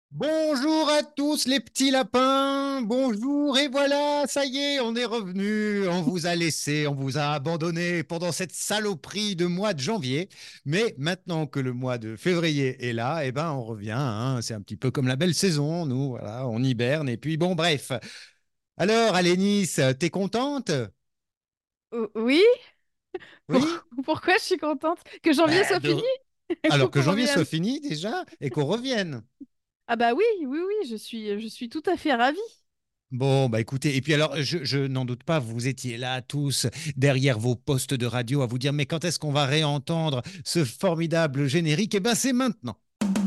Bonjour à tous les petits lapins, bonjour et voilà, ça y est, on est revenu, on vous a laissé, on vous a abandonné pendant cette saloperie de mois de janvier, mais maintenant que le mois de février est là, eh ben on revient, hein. C'est un petit peu comme la belle saison, nous, voilà, on hiberne et puis bon, bref. Alors, Alénis, t'es contente? Oui, Oui? pourquoi je suis contente que janvier Ben, soit fini et alors que qu'on janvier soit revienne. fini déjà et qu'on revienne. Ah bah oui, oui, oui, je suis tout à fait ravie. Bon, bah écoutez, et puis alors, je n'en doute pas, vous étiez là tous derrière vos postes de radio à vous dire, mais quand est-ce qu'on va réentendre ce formidable générique? Eh bien, c'est maintenant.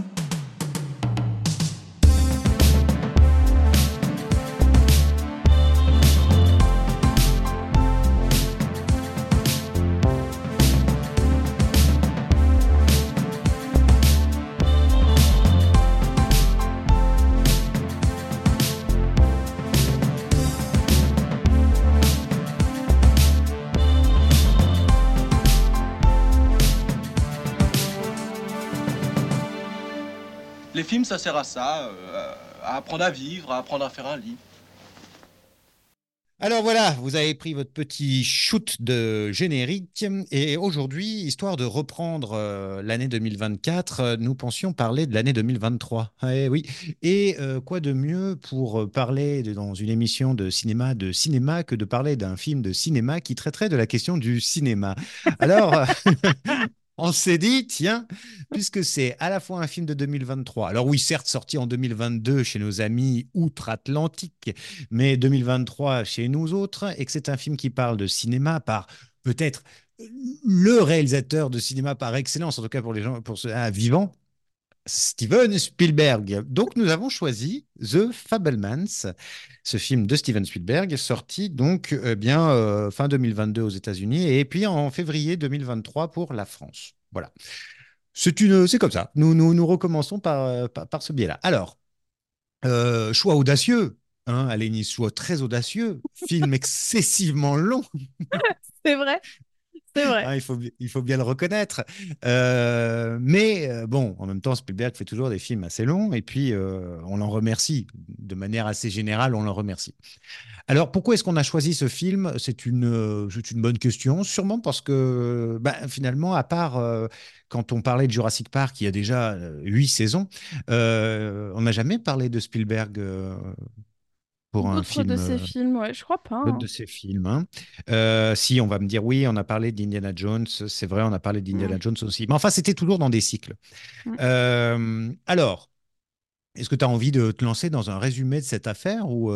Les films, ça sert à ça, à apprendre à vivre, à apprendre à faire un lit. Alors voilà, vous avez pris votre petit shoot de générique et aujourd'hui, histoire de reprendre l'année 2024, nous pensions parler de l'année 2023. Eh oui, et quoi de mieux pour parler dans une émission de cinéma que de parler d'un film de cinéma qui traiterait de la question du cinéma. Alors, on s'est dit, tiens, puisque c'est à la fois un film de 2023, alors oui, certes sorti en 2022 chez nos amis outre-Atlantique, mais 2023 chez nous autres, et que c'est un film qui parle de cinéma par peut-être le réalisateur de cinéma par excellence, en tout cas pour les gens, pour ceux vivants, Steven Spielberg. Donc nous avons choisi The Fabelmans, ce film de Steven Spielberg, sorti donc fin 2022 aux États-Unis et puis en février 2023 pour la France. Voilà. C'est comme ça. Nous recommençons par ce biais-là. Alors, choix audacieux, hein, Alénis, choix très audacieux, film excessivement long. C'est vrai, c'est vrai. Hein, il faut bien le reconnaître. Mais bon, en même temps, Spielberg fait toujours des films assez longs et puis on l'en remercie. De manière assez générale, on l'en remercie. Alors, pourquoi est-ce qu'on a choisi ce film? C'est une bonne question, sûrement parce que bah, finalement, à part quand on parlait de Jurassic Park, il y a déjà 8 saisons, on n'a jamais parlé de Spielberg pour un D'autres de film. ces films, ouais, je crois pas, D'autres hein. de ses films, hein. Si, on va me dire, oui, on a parlé d'Indiana Jones, c'est vrai, on a parlé d'Indiana Mm, Jones aussi. Mais enfin, c'était toujours dans des cycles. mm. Alors, est-ce que tu as envie de te lancer dans un résumé de cette affaire ou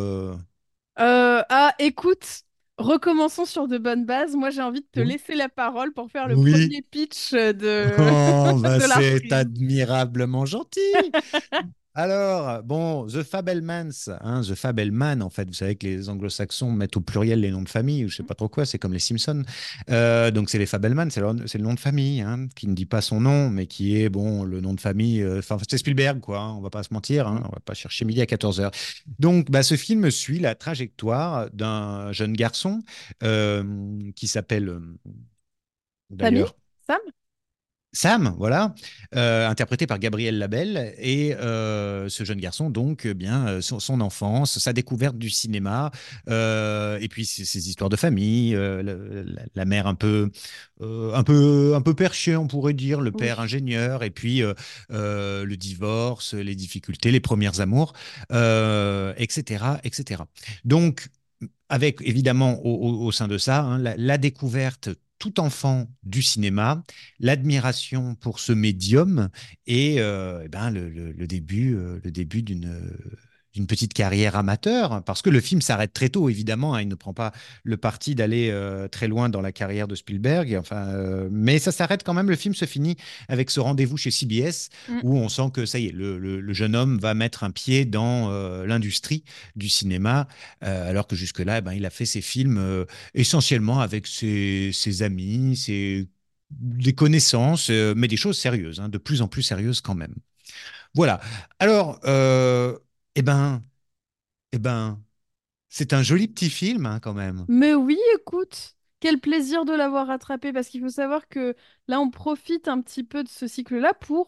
Écoute, recommençons sur de bonnes bases. Moi, j'ai envie de te Oui. laisser la parole pour faire le Oui. premier pitch de, Oh, bah, de la c'est reprise. admirablement gentil. Alors, bon, The Fabelmans, hein, The Fabelman, en fait, vous savez que les anglo-saxons mettent au pluriel les noms de famille, ou je sais pas trop quoi, c'est comme les Simpsons. Donc, c'est les Fabelman, c'est le nom de famille, hein, qui ne dit pas son nom, mais qui est, bon, le nom de famille, enfin, c'est Spielberg, quoi, hein, on va pas se mentir, hein, Mm. on va pas chercher midi à 14 heures. Donc, bah, ce film suit la trajectoire d'un jeune garçon qui s'appelle, Samy? d'ailleurs, Sam? Sam, voilà, interprété par Gabriel Labelle, et ce jeune garçon, donc, son enfance, sa découverte du cinéma, et puis ses histoires de famille, la mère un peu perchée, on pourrait dire, le Oui. père ingénieur, et puis le divorce, les difficultés, les premiers amours, etc., etc. Donc, avec évidemment au sein de ça, hein, la découverte tout enfant du cinéma, l'admiration pour ce médium et, eh ben, le début d'une petite carrière amateur, parce que le film s'arrête très tôt, évidemment, hein, il ne prend pas le parti d'aller très loin dans la carrière de Spielberg, enfin, mais ça s'arrête quand même, le film se finit avec ce rendez-vous chez CBS, Mm. où on sent que ça y est, le jeune homme va mettre un pied dans l'industrie du cinéma, alors que jusque-là, eh ben, il a fait ses films essentiellement avec ses amis, des connaissances, mais des choses sérieuses, hein, de plus en plus sérieuses quand même. Voilà. Alors, eh ben, eh ben, c'est un joli petit film hein, quand même. Mais oui, écoute, quel plaisir de l'avoir rattrapé parce qu'il faut savoir que là, on profite un petit peu de ce cycle-là pour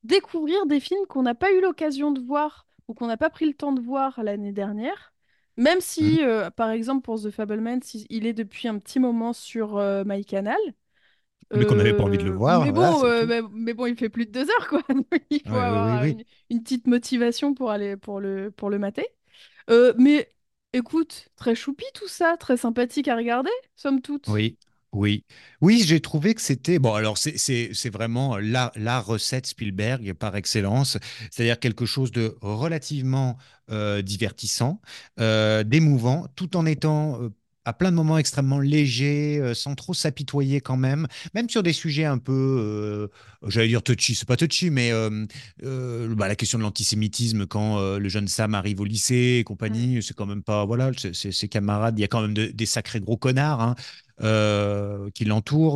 découvrir des films qu'on n'a pas eu l'occasion de voir ou qu'on n'a pas pris le temps de voir l'année dernière. Même Hmm. si, par exemple, pour The Fabelmans, il est depuis un petit moment sur MyCanal. Mais qu'on n'avait pas envie de le voir, Mais voilà, bon, c'est tout. mais bon, il fait plus de 2 heures, quoi. Donc, il faut Ouais, oui, avoir oui, une petite motivation pour aller pour le mater. Mais écoute, très choupi tout ça, très sympathique à regarder, somme toute. oui, oui. Oui, j'ai trouvé que c'était... Bon, alors c'est vraiment la recette Spielberg par excellence, c'est-à-dire quelque chose de relativement divertissant, d'émouvant, tout en étant à plein de moments extrêmement léger, sans trop s'apitoyer quand même sur des sujets un peu, j'allais dire touchy, c'est pas touchy, mais bah, la question de l'antisémitisme quand le jeune Sam arrive au lycée et Mm. compagnie, c'est quand même pas... Voilà, ses camarades, il y a quand même des sacrés gros connards, hein, qui l'entourent.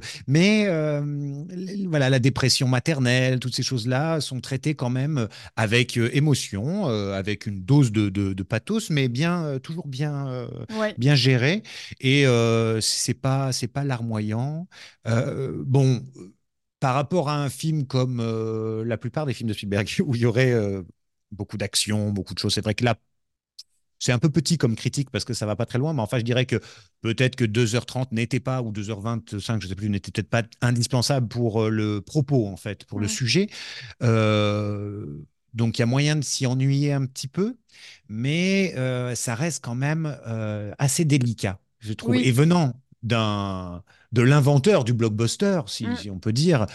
Voilà, la dépression maternelle, toutes ces choses-là sont traitées quand même avec émotion, avec une dose de pathos, mais bien, toujours bien, Ouais. bien géré. Et c'est pas larmoyant. Bon. Par rapport à un film comme la plupart des films de Spielberg, où il y aurait beaucoup d'action, beaucoup de choses, c'est vrai que là, c'est un peu petit comme critique parce que ça va pas très loin, mais enfin, je dirais que peut-être que 2h30 n'était pas, ou 2h25, je sais plus, n'était peut-être pas indispensable pour le propos, en fait, pour le Mm. sujet. Euh, donc, il y a moyen de s'y ennuyer un petit peu, mais ça reste quand même assez délicat, je trouve. Et Oui. venant de l'inventeur du blockbuster, Mm. si on peut dire,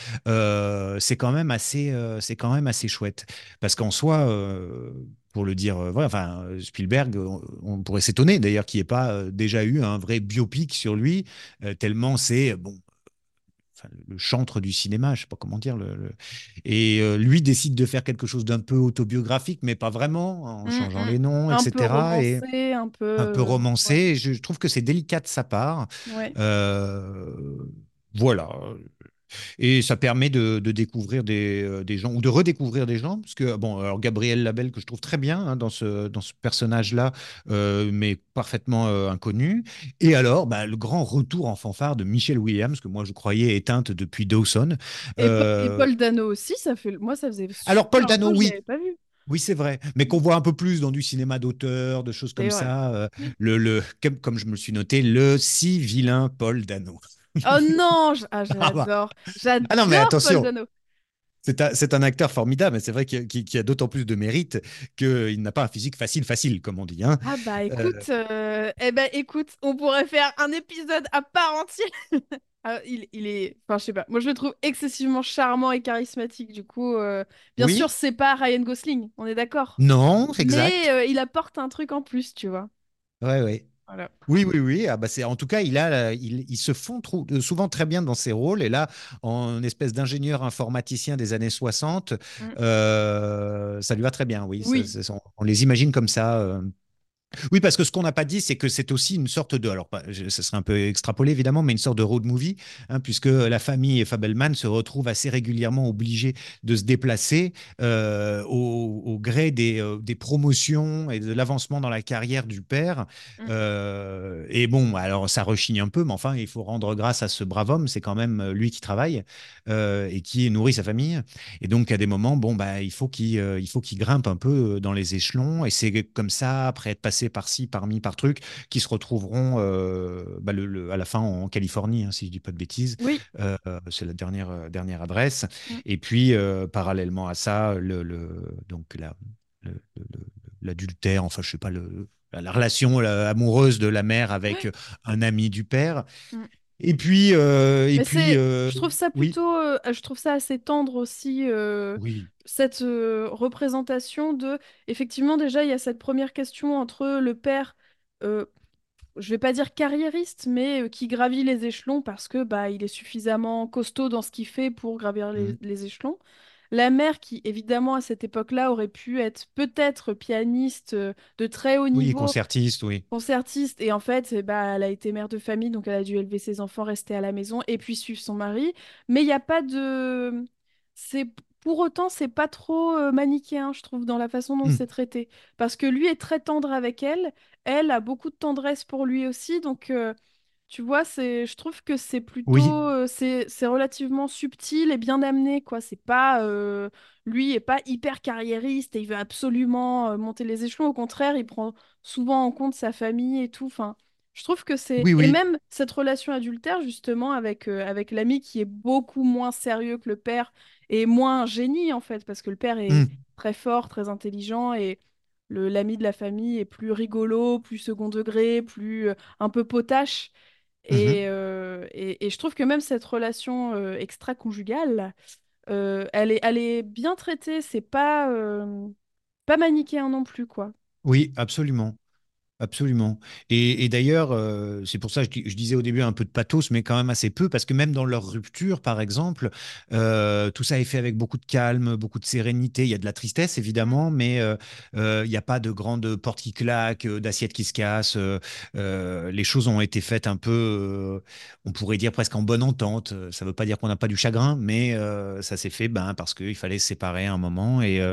c'est quand même assez chouette. Parce qu'en soi, pour le dire, voilà, enfin, Spielberg, on pourrait s'étonner d'ailleurs qu'il n'y ait pas déjà eu un vrai biopic sur lui, tellement c'est bon, enfin, le chantre du cinéma, je sais pas comment dire. Et lui décide de faire quelque chose d'un peu autobiographique, mais pas vraiment, en Mm, changeant mm. les noms, Un peu etc. Et romancé, un peu. un peu romancé. Ouais. Et je trouve que c'est délicat de sa part. Ouais. Euh, voilà. Et ça permet de découvrir des gens ou de redécouvrir des gens. Parce que, bon, alors Gabriel Labelle, que je trouve très bien hein, dans ce personnage-là, mais parfaitement inconnu. Et alors, bah, le grand retour en fanfare de Michelle Williams, que moi je croyais éteinte depuis Dawson. Et Euh, Paul Dano aussi, moi, ça faisait alors, Paul super Dano, longtemps que je oui. l'avais pas vu. Oui, c'est vrai, mais qu'on voit un peu plus dans du cinéma d'auteur, de choses C'est comme vrai. ça. Comme je me le suis noté, le si vilain Paul Dano. Oh non, Ah, bah. j'adore. Ah non, mais J'adore Paul attention, Dano. c'est un acteur formidable, mais c'est vrai qu'il a d'autant plus de mérite qu'il n'a pas un physique facile, comme on dit, hein. Ah bah Euh, écoute, écoute, on pourrait faire un épisode à part entière. Ah, il est, enfin je sais pas, moi je le trouve excessivement charmant et charismatique. Du coup, bien sûr oui, c'est pas Ryan Gosling, on est d'accord. non, c'est Mais exact. il apporte un truc en plus, tu vois. Ouais, ouais. Voilà. Oui, oui, oui. Ah, bah, en tout cas, ils se font souvent très bien dans ces rôles. Et là, en espèce d'ingénieur informaticien des années 60, Mm. ça lui va très bien, oui. Oui, On les imagine comme ça. Oui, parce que ce qu'on n'a pas dit, c'est que c'est aussi une sorte de, alors ce serait un peu extrapolé évidemment, mais une sorte de road movie, hein, puisque la famille Fabelman se retrouve assez régulièrement obligée de se déplacer au gré des promotions et de l'avancement dans la carrière du père. Mm. Et bon, alors ça rechigne un peu, mais enfin, il faut rendre grâce à ce brave homme, c'est quand même lui qui travaille et qui nourrit sa famille. Et donc, à des moments, bon, bah, il faut qu'il grimpe un peu dans les échelons. Et c'est comme ça, après être passé par-ci, par truc, qui se retrouveront bah, à la fin en Californie, hein, si je dis pas de bêtises. oui. C'est la dernière adresse. Mm. Et puis, parallèlement à ça, donc le- le- le- l'adultère, enfin, je sais pas, la relation amoureuse de la mère avec Ouais. un ami du père. Mm. Et Mais puis je trouve ça oui, plutôt, je trouve ça assez tendre aussi, oui. cette représentation de, effectivement, déjà, il y a cette première question entre le père, euh, je vais pas dire carriériste, mais qui gravit les échelons parce que bah, il est suffisamment costaud dans ce qu'il fait pour gravir Mm. les échelons. La mère qui, évidemment, à cette époque-là, aurait pu être peut-être pianiste de très haut Oui, niveau, concertiste, oui. concertiste, et en fait, bah, elle a été mère de famille, donc elle a dû élever ses enfants, rester à la maison et puis suivre son mari. Mais il n'y a pas de... C'est... Pour autant, c'est pas trop manichéen, je trouve, dans la façon dont Mm. c'est traité. Parce que lui est très tendre avec elle, elle a beaucoup de tendresse pour lui aussi, donc Tu vois, je trouve que c'est Oui. plutôt, c'est relativement subtil et bien amené, quoi. C'est pas, lui est pas hyper carriériste et il veut absolument monter les échelons. Au contraire, il prend souvent en compte sa famille et tout. Enfin, je trouve que Oui, et oui. même cette relation adultère, justement, avec l'ami qui est beaucoup moins sérieux que le père et moins un génie, en fait, parce que le père est Mm. très fort, très intelligent et l'ami de la famille est plus rigolo, plus second degré, plus un peu potache. Mhm. Et je trouve que même cette relation extra-conjugale, elle est bien traitée, c'est pas manichéen non plus, quoi. Oui, absolument. Absolument. Et d'ailleurs, c'est pour ça que je disais au début un peu de pathos, mais quand même assez peu, parce que même dans leur rupture, par exemple, tout ça est fait avec beaucoup de calme, beaucoup de sérénité. Il y a de la tristesse, Mm. évidemment, mais il n'y a pas de grandes portes qui claquent, d'assiettes qui se cassent. Les choses ont été faites un peu, on pourrait dire presque en bonne entente. Ça ne veut pas dire qu'on n'a pas du chagrin, mais ça s'est fait ben, parce qu'il fallait se séparer à un moment. Et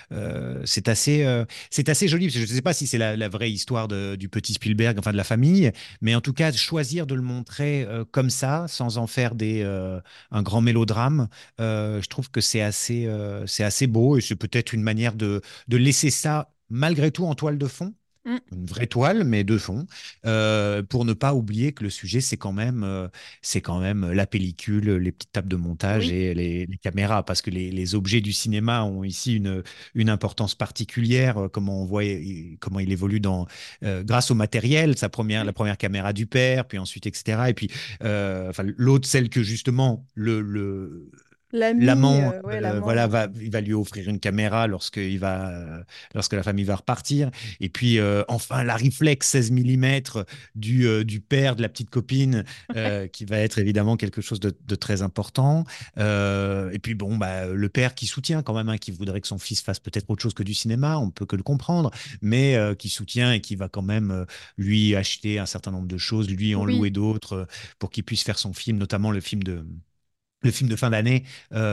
c'est assez joli, parce que je ne sais pas si c'est la vraie histoire du petit Spielberg, enfin de la famille, mais en tout cas, choisir de le montrer comme ça, sans en faire un grand mélodrame, je trouve que c'est assez beau et c'est peut-être une manière de laisser ça malgré tout en toile de fond, Mm. une vraie toile, mais de fond, pour ne pas oublier que le sujet, c'est quand même la pellicule, les petites tables de montage Oui, et les caméras, parce que les objets du cinéma ont ici une importance particulière, comment on voit, comment il évolue grâce au matériel, la oui. première caméra du père, puis ensuite, etc. Et puis, enfin, l'autre, celle que justement L'ami, l'amant, ouais, voilà, l'amant. il va lui offrir une caméra lorsque la famille va repartir. Et puis, enfin, la réflexe 16 mm du père de la petite copine, qui va être évidemment quelque chose de très important. Et puis, bon, bah, le père qui soutient quand même, hein, qui voudrait que son fils fasse peut-être autre chose que du cinéma, on ne peut que le comprendre, mais qui soutient et qui va quand même lui acheter un certain nombre de choses, lui en louer Oui, d'autres pour qu'il puisse faire son film, notamment le film de fin d'année,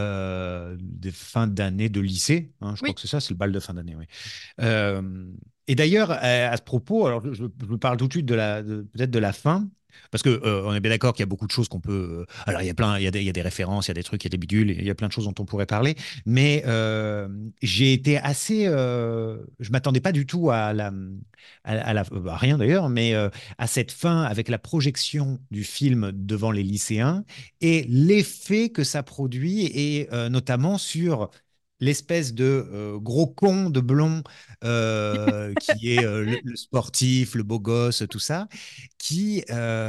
de lycée, hein, je crois oui, que c'est ça, c'est le bal de fin d'année, oui. Euh, et d'ailleurs, à ce propos, alors je vous parle tout de suite peut-être de la fin, parce que on est bien d'accord qu'il y a beaucoup de choses qu'on peut. Alors il y a plein, il y a des références, il y a des trucs, il y a des bidules, il y a plein de choses dont on pourrait parler. Mais j'ai été assez, je m'attendais pas du tout à rien d'ailleurs, mais à cette fin avec la projection du film devant les lycéens et l'effet que ça produit et notamment sur l'espèce de gros con de blond qui est le sportif, le beau gosse, tout ça, qui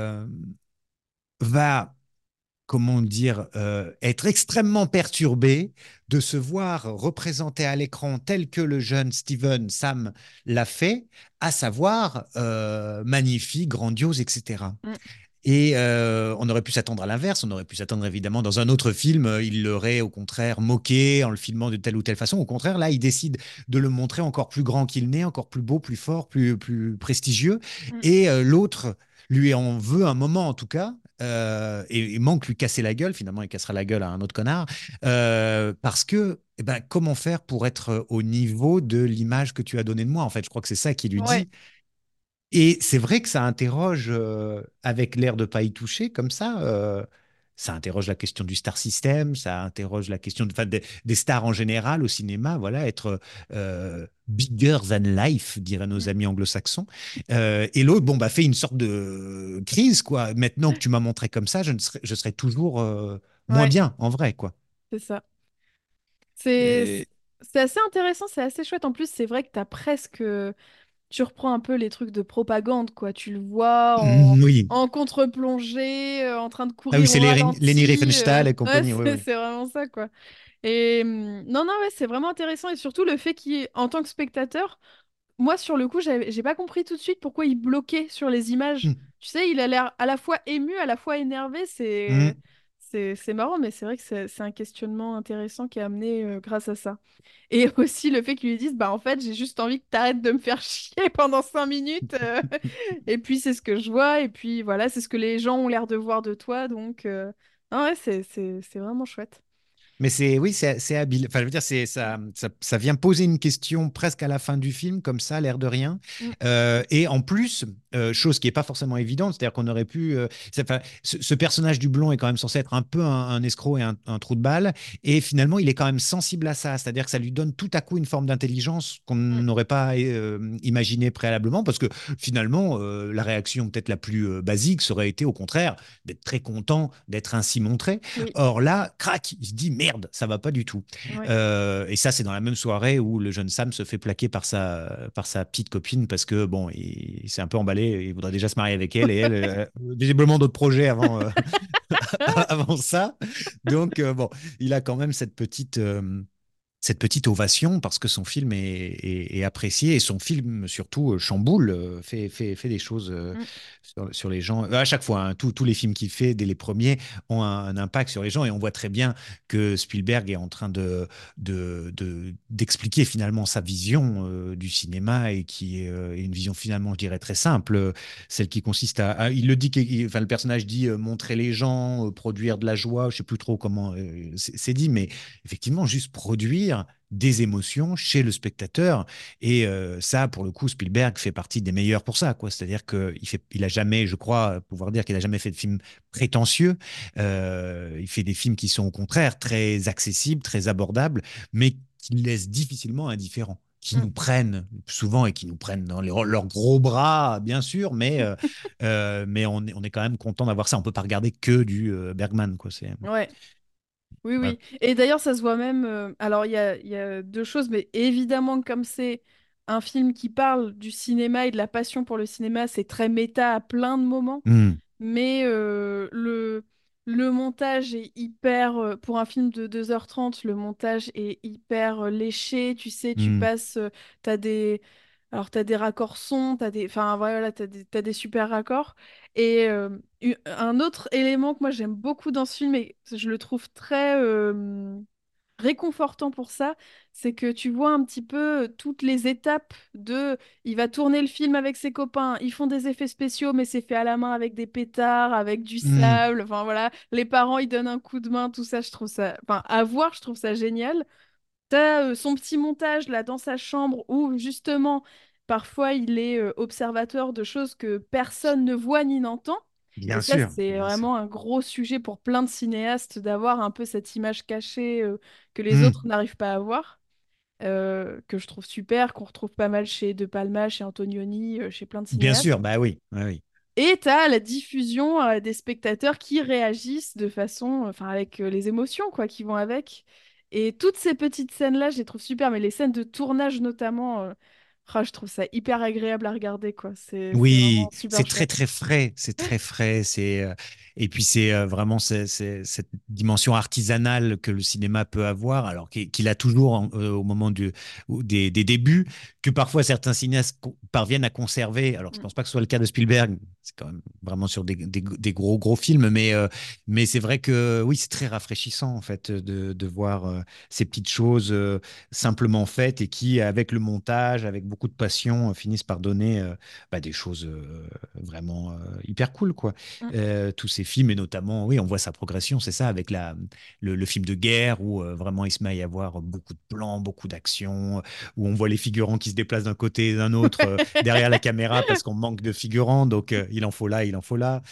va, comment dire, être extrêmement perturbé de se voir représenté à l'écran tel que le jeune Steven Sam l'a fait, à savoir magnifique, grandiose, etc. mm, Et on aurait pu s'attendre à l'inverse, on aurait pu s'attendre évidemment dans un autre film, il l'aurait au contraire moqué en le filmant de telle ou telle façon. Au contraire, là, il décide de le montrer encore plus grand qu'il n'est, encore plus beau, plus fort, plus prestigieux. mm. Et l'autre lui en veut un moment en tout cas. Et manque lui casser la gueule, finalement il cassera la gueule à un autre connard, parce que eh ben, comment faire pour être au niveau de l'image que tu as donnée de moi, en fait, je crois que c'est ça qu'il lui Ouais, dit. Et c'est vrai que ça interroge, avec l'air de pas y toucher, comme ça interroge la question du star system, ça interroge la question enfin, des stars en général au cinéma, voilà, être bigger than life, diraient nos mm, amis anglo-saxons. Et l'autre, bon, bah, fait une sorte de crise, quoi. Maintenant que tu m'as montré comme ça, je serai toujours moins ouais, bien, en vrai, quoi. c'est ça. C'est Et- c'est assez intéressant, c'est assez chouette. En plus, c'est vrai que t'as presque. Tu reprends un peu les trucs de propagande, quoi. Tu le vois Oui. en contre-plongée, en train de Ah oui, courir c'est au Leni ralenti. Riefenstahl et Ouais, compagnie, oui, oui. c'est vraiment ça, quoi. Et non, non, ouais, c'est vraiment intéressant. Et surtout, le fait en tant que spectateur, moi, sur le coup, j'ai pas compris tout de suite pourquoi il bloquait sur les images. Hum, Tu sais, il a l'air à la fois ému, à la fois énervé. hum. C'est marrant, mais c'est vrai que c'est un questionnement intéressant qui est amené grâce à ça. Et aussi le fait qu'ils lui disent, bah en fait, j'ai juste envie que t'arrêtes de me faire chier pendant 5 minutes. Et puis c'est ce que je vois. Et puis voilà, c'est ce que les gens ont l'air de voir de toi. Donc, non, ouais, c'est vraiment chouette. Mais oui, c'est habile. Enfin, je veux dire, ça vient poser une question presque à la fin du film, comme ça, l'air de rien. Mm. Et en plus, chose qui n'est pas forcément évidente, c'est-à-dire qu'on aurait pu. Enfin, ce personnage du blond est quand même censé être un peu un escroc et un trou de balle. Et finalement, il est quand même sensible à ça. C'est-à-dire que ça lui donne tout à coup une forme d'intelligence qu'on Mm. n'aurait pas imaginé préalablement. Parce que finalement, la réaction peut-être la plus basique serait été au contraire d'être très content d'être ainsi montré. Oui, Or là, crac, il se dit merde, ça va pas du tout. ouais. Et ça, c'est dans la même soirée où le jeune Sam se fait plaquer par sa petite copine parce que bon, il s'est un peu emballé, il voudrait déjà se marier avec elle et elle, visiblement d'autres projets avant, avant ça. Donc bon, il a quand même cette petite ovation parce que son film est apprécié et son film surtout chamboule, fait des choses Mm. sur les gens. À chaque fois, hein, tous les films qu'il fait, dès les premiers, ont un impact sur les gens et on voit très bien que Spielberg est en train d'expliquer finalement sa vision du cinéma et qui est une vision finalement, je dirais, très simple, celle qui consiste il le dit, enfin, le personnage dit montrer les gens, produire de la joie, je sais plus trop comment c'est dit, mais effectivement, juste produire des émotions chez le spectateur. Et ça, pour le coup, Spielberg fait partie des meilleurs pour ça, quoi. C'est-à-dire il a jamais, je crois, pouvoir dire qu'il a jamais fait de film prétentieux. Il fait des films qui sont au contraire très accessibles, très abordables, mais qui laissent difficilement indifférents qui Mm. nous prennent souvent et qui nous prennent dans leurs gros bras, bien sûr, mais on est quand même content d'avoir ça. On peut pas regarder que du Bergman, quoi. Ouais. Oui, Ouais. oui. Et d'ailleurs, ça se voit même. Alors, il y a deux choses, mais évidemment, comme c'est un film qui parle du cinéma et de la passion pour le cinéma, c'est très méta à plein de moments. Mm, Mais le montage est hyper. Pour un film de 2h30, le montage est hyper léché. Tu sais, tu mm. passes. T'as des. Alors, t'as des raccords son, t'as des. Enfin, voilà, t'as des super raccords. Et un autre élément que moi j'aime beaucoup dans ce film, et je le trouve très réconfortant pour ça, c'est que tu vois un petit peu toutes les étapes de... Il va tourner le film avec ses copains, ils font des effets spéciaux, mais c'est fait à la main avec des pétards, avec du Mm, sable, enfin voilà, les parents ils donnent un coup de main, tout ça, je trouve ça... Enfin, à voir, je trouve ça génial. T'as son petit montage là dans sa chambre où justement, parfois il est observateur de choses que personne ne voit ni n'entend. Et bien ça, sûr, c'est bien sûr. vraiment un gros sujet pour plein de cinéastes d'avoir un peu cette image cachée que les Mm, autres n'arrivent pas à voir, que je trouve super, qu'on retrouve pas mal chez De Palma, chez Antonioni, chez plein de bien cinéastes. sûr, bah oui, ouais, oui. Et tu as la diffusion des spectateurs qui réagissent de façon, enfin avec les émotions quoi, qui vont avec. Et toutes ces petites scènes-là, je les trouve super, mais les scènes de tournage notamment, je trouve ça hyper agréable à regarder quoi. C'est vraiment Oui, super c'est très chouette. très frais, c'est très frais, et puis c'est vraiment cette dimension artisanale que le cinéma peut avoir, alors qu'il a toujours au moment des débuts, que parfois certains cinéastes parviennent à conserver. Alors je Mm. pense pas que ce soit le cas de Spielberg, c'est quand même vraiment sur des gros films, mais c'est vrai que oui, c'est très rafraîchissant en fait de voir ces petites choses simplement faites et qui, avec le montage, avec beaucoup de passion, finissent par donner des choses vraiment hyper cool, quoi. Mm. Tous ces films, et notamment, oui, on voit sa progression, c'est ça, avec le film de guerre, où vraiment il se met à y avoir beaucoup de plans, beaucoup d'action, où on voit les figurants qui se déplacent d'un côté et d'un autre derrière la caméra parce qu'on manque de figurants, donc il en faut là, il en faut là.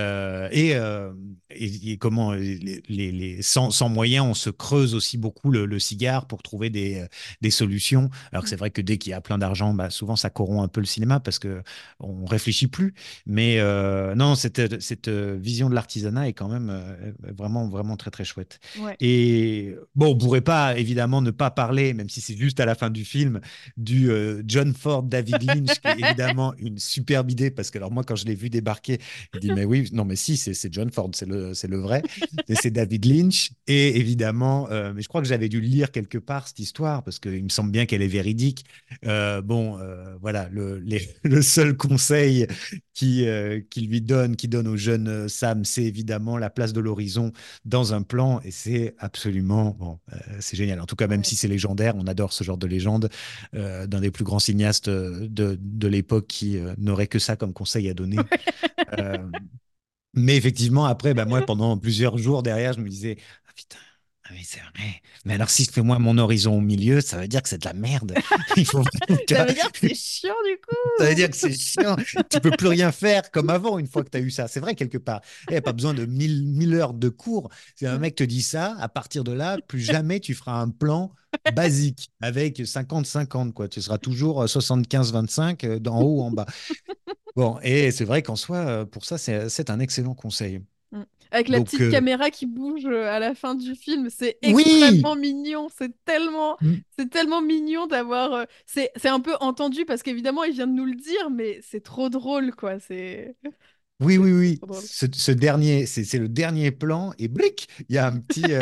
Et comment, sans moyens, on se creuse aussi beaucoup le cigare pour trouver des solutions. Alors que Mm. c'est vrai que dès qu'il y a plein d'argent, souvent ça corrompt un peu le cinéma parce que on réfléchit plus. Mais non, cette vision de l'artisanat est quand même vraiment, vraiment très, très chouette. Ouais. Et bon, on pourrait pas, évidemment, ne pas parler, même si c'est juste à la fin du film, du John Ford, David Lynch, qui est évidemment une superbe idée parce que, alors moi, quand je l'ai vu débarquer, je dis, mais oui, non, mais si, c'est John Ford, c'est le vrai. Et c'est David Lynch. Et évidemment, mais je crois que j'avais dû lire quelque part cette histoire parce qu'il me semble bien qu'elle est véridique. Voilà, le seul conseil qui donne au jeune Sam, c'est évidemment la place de l'horizon dans un plan, et c'est absolument, bon, c'est génial. En tout cas, même Ouais. si c'est légendaire, on adore ce genre de légende d'un des plus grands cinéastes de l'époque qui n'aurait que ça comme conseil à donner. Euh, mais effectivement, après, moi, pendant plusieurs jours derrière, je me disais, ah putain, Ah oui, c'est vrai. Mais alors, si je fais moi mon horizon au milieu, ça veut dire que c'est de la merde. Il faut, tu Ça vois, veut dire que c'est chiant du ça veut coup. dire que c'est chiant. Tu peux plus rien faire comme avant une fois que tu as eu ça. C'est vrai, quelque part. Il n'y a pas besoin de 1000 heures de cours. Si un mec te dit ça, à partir de là, plus jamais tu feras un plan basique avec 50-50, quoi. Tu seras toujours 75-25 d'en haut ou en bas. Bon, et c'est vrai qu'en soi, pour ça, c'est un excellent conseil. Mm. Avec la Donc, petite caméra qui bouge à la fin du film, c'est oui! extrêmement mignon. Mm. C'est tellement mignon d'avoir. C'est un peu entendu parce qu'évidemment il vient de nous le dire, mais c'est trop drôle quoi. Oui, oui, C'est oui. trop drôle. Ce dernier, c'est le dernier plan et bric, il y a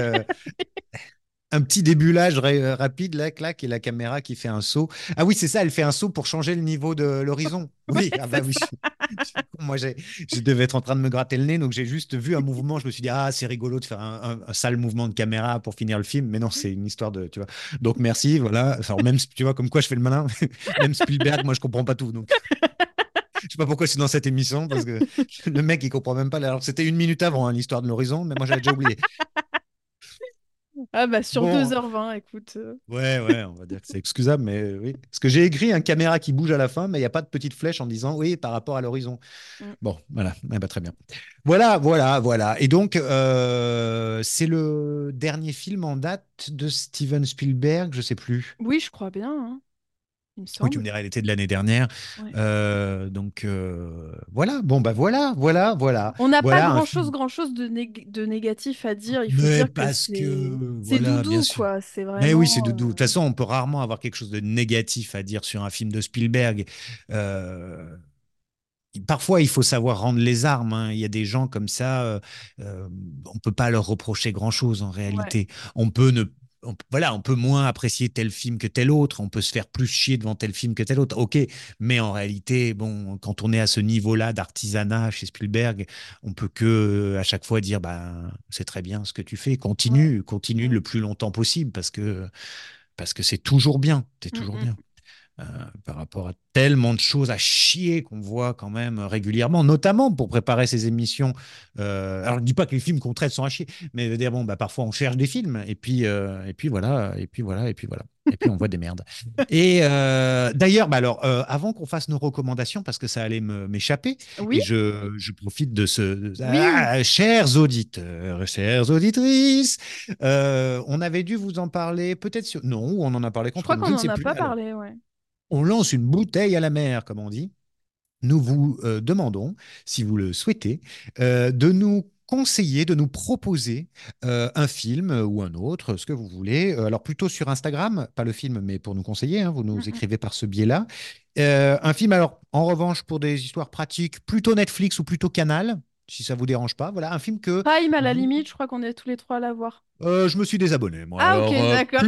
un petit débulage rapide, là, clac, et la caméra qui fait un saut. Ah oui, c'est ça, elle fait un saut pour changer le niveau de l'horizon. Ouais, Oui, ah bah c'est oui. ça. Moi, je devais être en train de me gratter le nez, donc j'ai juste vu un mouvement. Je me suis dit, ah, c'est rigolo de faire un sale mouvement de caméra pour finir le film. Mais non, c'est une histoire de, tu vois. Donc merci, voilà. Enfin, même, tu vois, comme quoi je fais le malin. Même Spielberg, moi, je comprends pas tout. Donc, je sais pas pourquoi je suis dans cette émission, parce que le mec, il comprend même pas. Alors, c'était 1 minute avant, hein, l'histoire de l'horizon, mais moi, j'avais déjà oublié. Ah bah sur Bon, 2h20, écoute. ouais, ouais, on va dire que c'est excusable, mais oui. Parce que j'ai écrit un caméra qui bouge à la fin, mais il n'y a pas de petite flèche en disant oui par rapport à l'horizon. Mm. Bon, voilà, eh ben, très bien. Voilà, voilà, voilà. Et donc, c'est le dernier film en date de Steven Spielberg, je sais plus. Oui, je crois bien, hein, il me Oui, tu me semble. dirais, elle était de l'année dernière. Ouais. Donc, voilà, bon, bah voilà, voilà, voilà. On n'a pas Voilà un grand-chose, film. grand-chose de négatif à dire. Il faut Mais dire que parce que, c'est voilà, bien doudou, sûr. quoi. C'est Mais oui, c'est vraiment. doudou. De toute façon, on peut rarement avoir quelque chose de négatif à dire sur un film de Spielberg. Euh, Parfois, il faut savoir rendre les armes, hein. Il y a des gens comme ça, on ne peut pas leur reprocher grand-chose en Ouais, réalité. On peut ne, voilà, on peut moins apprécier tel film que tel autre, on peut se faire plus chier devant tel film que tel autre. Ok, mais en réalité, bon, quand on est à ce niveau-là d'artisanat chez Spielberg, on peut que à chaque fois dire, bah, c'est très bien ce que tu fais, ouais. continue, continue Mm, le plus longtemps possible parce que c'est toujours bien, c'est mm, toujours mm. bien euh, par rapport à tellement de choses à chier qu'on voit quand même régulièrement, notamment pour préparer ces émissions. Alors, je ne dis pas que les films qu'on traite sont à chier, mais je veux dire, bon, bah, parfois on cherche des films, et puis voilà, et puis voilà, et puis voilà. Et puis on voit des merdes. Et d'ailleurs, bah alors, avant qu'on fasse nos recommandations, parce que ça allait m'échapper, Oui, et je profite de ce... oui. Chers auditeurs, chères auditrices, on avait dû vous en parler peut-être sur... Non, on en a parlé Je qu'entre crois nous, qu'on je ne n'en sais a plus. pas Alors, parlé, ouais. on lance une bouteille à la mer, comme on dit. Nous vous demandons, si vous le souhaitez, de nous conseiller, de nous proposer un film ou un autre, ce que vous voulez. Alors plutôt sur Instagram, pas le film, mais pour nous conseiller, hein, vous Mm, nous mm. écrivez par ce biais-là. Un film, alors en revanche, pour des histoires pratiques, plutôt Netflix ou plutôt Canal, si ça vous dérange pas. Voilà, un film que Prime, à la vous limite, je crois qu'on est tous les trois à l'avoir. je me suis désabonné, moi. Ah, ok, Alors, d'accord.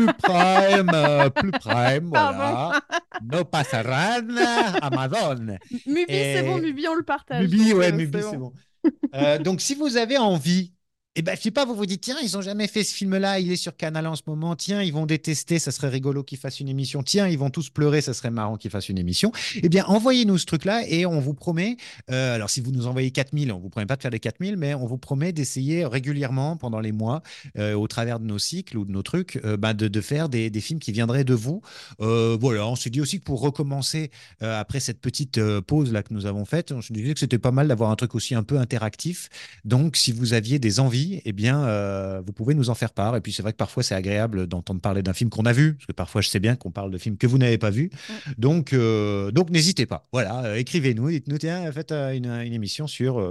plus Prime, Pardon. voilà. No pasaran, Amazon. Mubi, c'est bon, Et Mubi, on le partage, Mubi, donc ouais, c'est Mubi, c'est bon. bon. Donc, si vous avez envie, eh ben, je sais pas, vous vous dites, tiens, ils ont jamais fait ce film-là, il est sur Canal en ce moment, tiens, ils vont détester, ça serait rigolo qu'ils fassent une émission, tiens, ils vont tous pleurer, ça serait marrant qu'ils fassent une émission. Eh bien, envoyez-nous ce truc-là et on vous promet, alors si vous nous envoyez 4000, on vous promet pas de faire les 4000, mais on vous promet d'essayer régulièrement pendant les mois, au travers de nos cycles ou de nos trucs, bah, de faire des films qui viendraient de vous. Voilà, on s'est dit aussi que pour recommencer, après cette petite pause là que nous avons faite, on se disait que c'était pas mal d'avoir un truc aussi un peu interactif. Donc, si vous aviez des envies, eh bien, vous pouvez nous en faire part. Et puis, c'est vrai que parfois, c'est agréable d'entendre parler d'un film qu'on a vu, parce que parfois, je sais bien qu'on parle de films que vous n'avez pas vus. Mm. Donc, n'hésitez pas. Voilà, écrivez-nous, dites-nous, tiens, faites une émission sur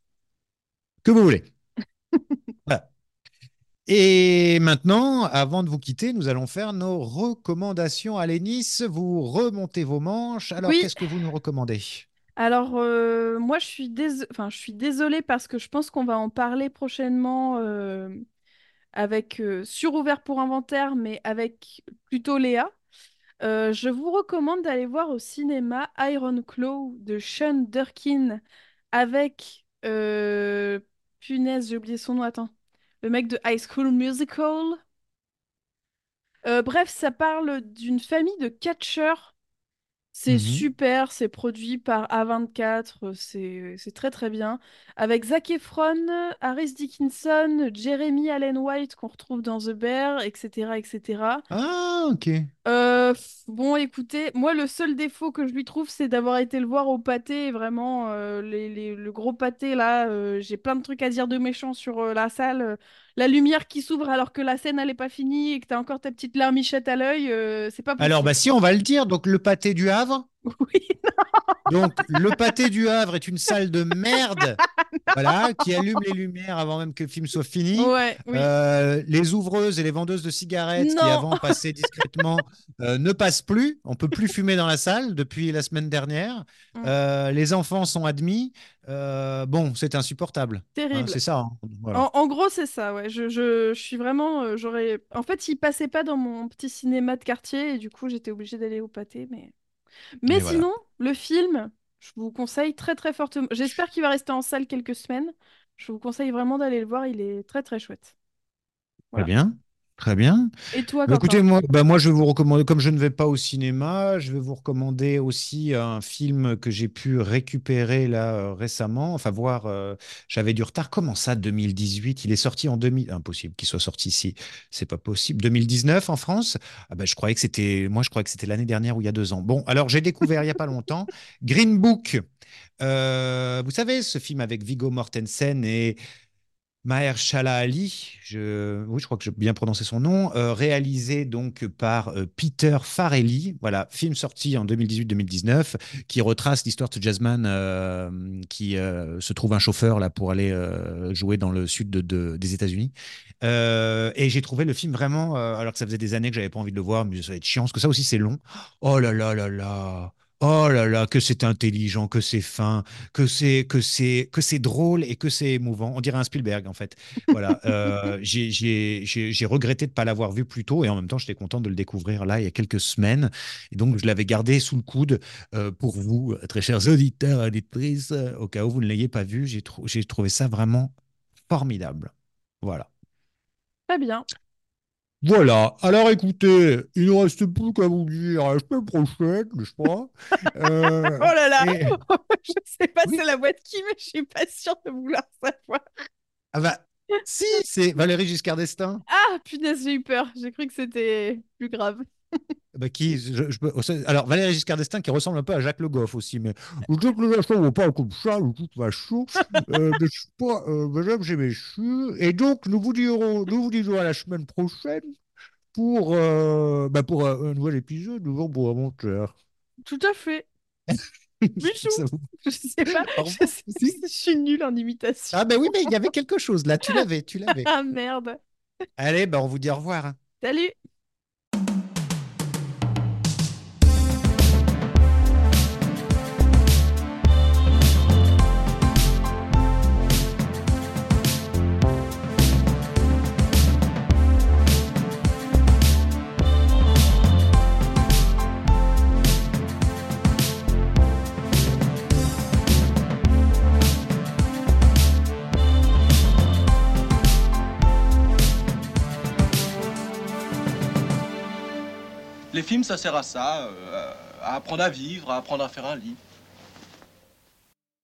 que vous voulez. Voilà. Et maintenant, avant de vous quitter, nous allons faire nos recommandations. Allez, Nice, vous remontez vos manches. Alors, Oui, qu'est-ce que vous nous recommandez? alors moi enfin, je suis désolée parce que je pense qu'on va en parler prochainement avec sur Ouvert pour Inventaire, mais avec plutôt Léa. Je vous recommande d'aller voir au cinéma Iron Claw de Sean Durkin avec punaise, j'ai oublié son nom, attends. Le mec de High School Musical. Bref, ça parle d'une famille de catcheurs C'est super, c'est produit par A24, c'est très très bien. Avec Zac Efron, Harris Dickinson, Jeremy Allen White qu'on retrouve dans The Bear, etc. etc. Ah, ok. Bon, écoutez, moi le seul défaut que je lui trouve, c'est d'avoir été le voir au pâté. Et vraiment, le gros pâté là, j'ai plein de trucs à dire de méchant sur la salle. La lumière qui s'ouvre alors que la scène elle est pas finie et que t'as encore ta petite larmichette à l'œil, c'est pas Alors, bah, possible. si, on va le dire. Donc, le pâté du Havre. Oui, Donc, le pâté du Havre est une salle de merde, voilà, qui allume les lumières avant même que le film soit fini. ouais, oui. Les ouvreuses et les vendeuses de cigarettes qui Non! avant passaient discrètement ne passent plus. On peut plus fumer dans la salle depuis la semaine dernière. Mm, Les enfants sont admis. Bon, c'est insupportable. Hein, terrible. c'est ça. Hein. Voilà. En gros, c'est ça, ouais. Je suis vraiment. J'aurais. En fait, il passait pas dans mon petit cinéma de quartier et du coup, j'étais obligée d'aller au pâté. Mais Et voilà. sinon, le film, je vous conseille très très fortement. J'espère qu'il va rester en salle quelques semaines. Je vous conseille vraiment d'aller le voir. Il est très très chouette. Très Voilà. bien. Très bien. Et toi, Bah, écoutez, Quentin? moi, je vais vous recommander, comme je ne vais pas au cinéma, je vais vous recommander aussi un film que j'ai pu récupérer là récemment. Enfin, voir, j'avais du retard. Comment ça, 2018? Il est sorti en 2000. Impossible qu'il soit sorti ici. C'est pas possible. 2019 en France? Ah ben, je croyais que c'était l'année dernière ou il y a 2 ans. Bon, alors j'ai découvert il y a pas longtemps Green Book. Vous savez, ce film avec Viggo Mortensen et Mahershala Ali, oui, je crois que j'ai bien prononcé son nom, réalisé donc par Peter Farrelly. Voilà, film sorti en 2018-2019 qui retrace l'histoire de ce jazzman qui se trouve un chauffeur là pour aller jouer dans le sud des États-Unis. Et j'ai trouvé le film vraiment, alors que ça faisait des années que j'avais pas envie de le voir, mais ça va être chiant parce que ça aussi c'est long. Oh là là là là. Oh là là, que c'est intelligent, que c'est fin, que c'est drôle et que c'est émouvant. On dirait un Spielberg en fait. Voilà, j'ai regretté de ne pas l'avoir vu plus tôt et en même temps j'étais content de le découvrir là il y a quelques semaines. Et donc je l'avais gardé sous le coude pour vous, très chers auditeurs et auditrices, au cas où vous ne l'ayez pas vu. J'ai trouvé ça vraiment formidable. Voilà. Très bien. Voilà. Alors écoutez, il ne reste plus qu'à vous dire à la semaine prochaine, n'est-ce pas? Oh là là! Et Je sais pas oui, c'est la boîte qui, mais je suis pas sûre de vouloir savoir. ah bah, si, c'est Valérie Giscard d'Estaing. Ah, punaise, j'ai eu peur. J'ai cru que c'était plus grave. Bah, alors, Valéry Giscard d'Estaing qui ressemble un peu à Jacques Le Goff aussi, mais Jacques Le Goff, on parle comme ça, de toute façon. Mais je sais pas, mesdames et messieurs. Et donc, nous vous dirons à la semaine prochaine pour un nouvel épisode de Vent pour un monteur. Tout à fait. Bisous. Ça vous- Je sais pas. Au Je revoir. sais pas si Si. je suis nulle en imitation. Ah, ben oui, mais il y avait quelque chose là, tu l'avais. Ah merde. Allez, ben on vous dit au revoir. Hein. Salut. Les films, ça sert à ça, à apprendre à vivre, à apprendre à faire un lit.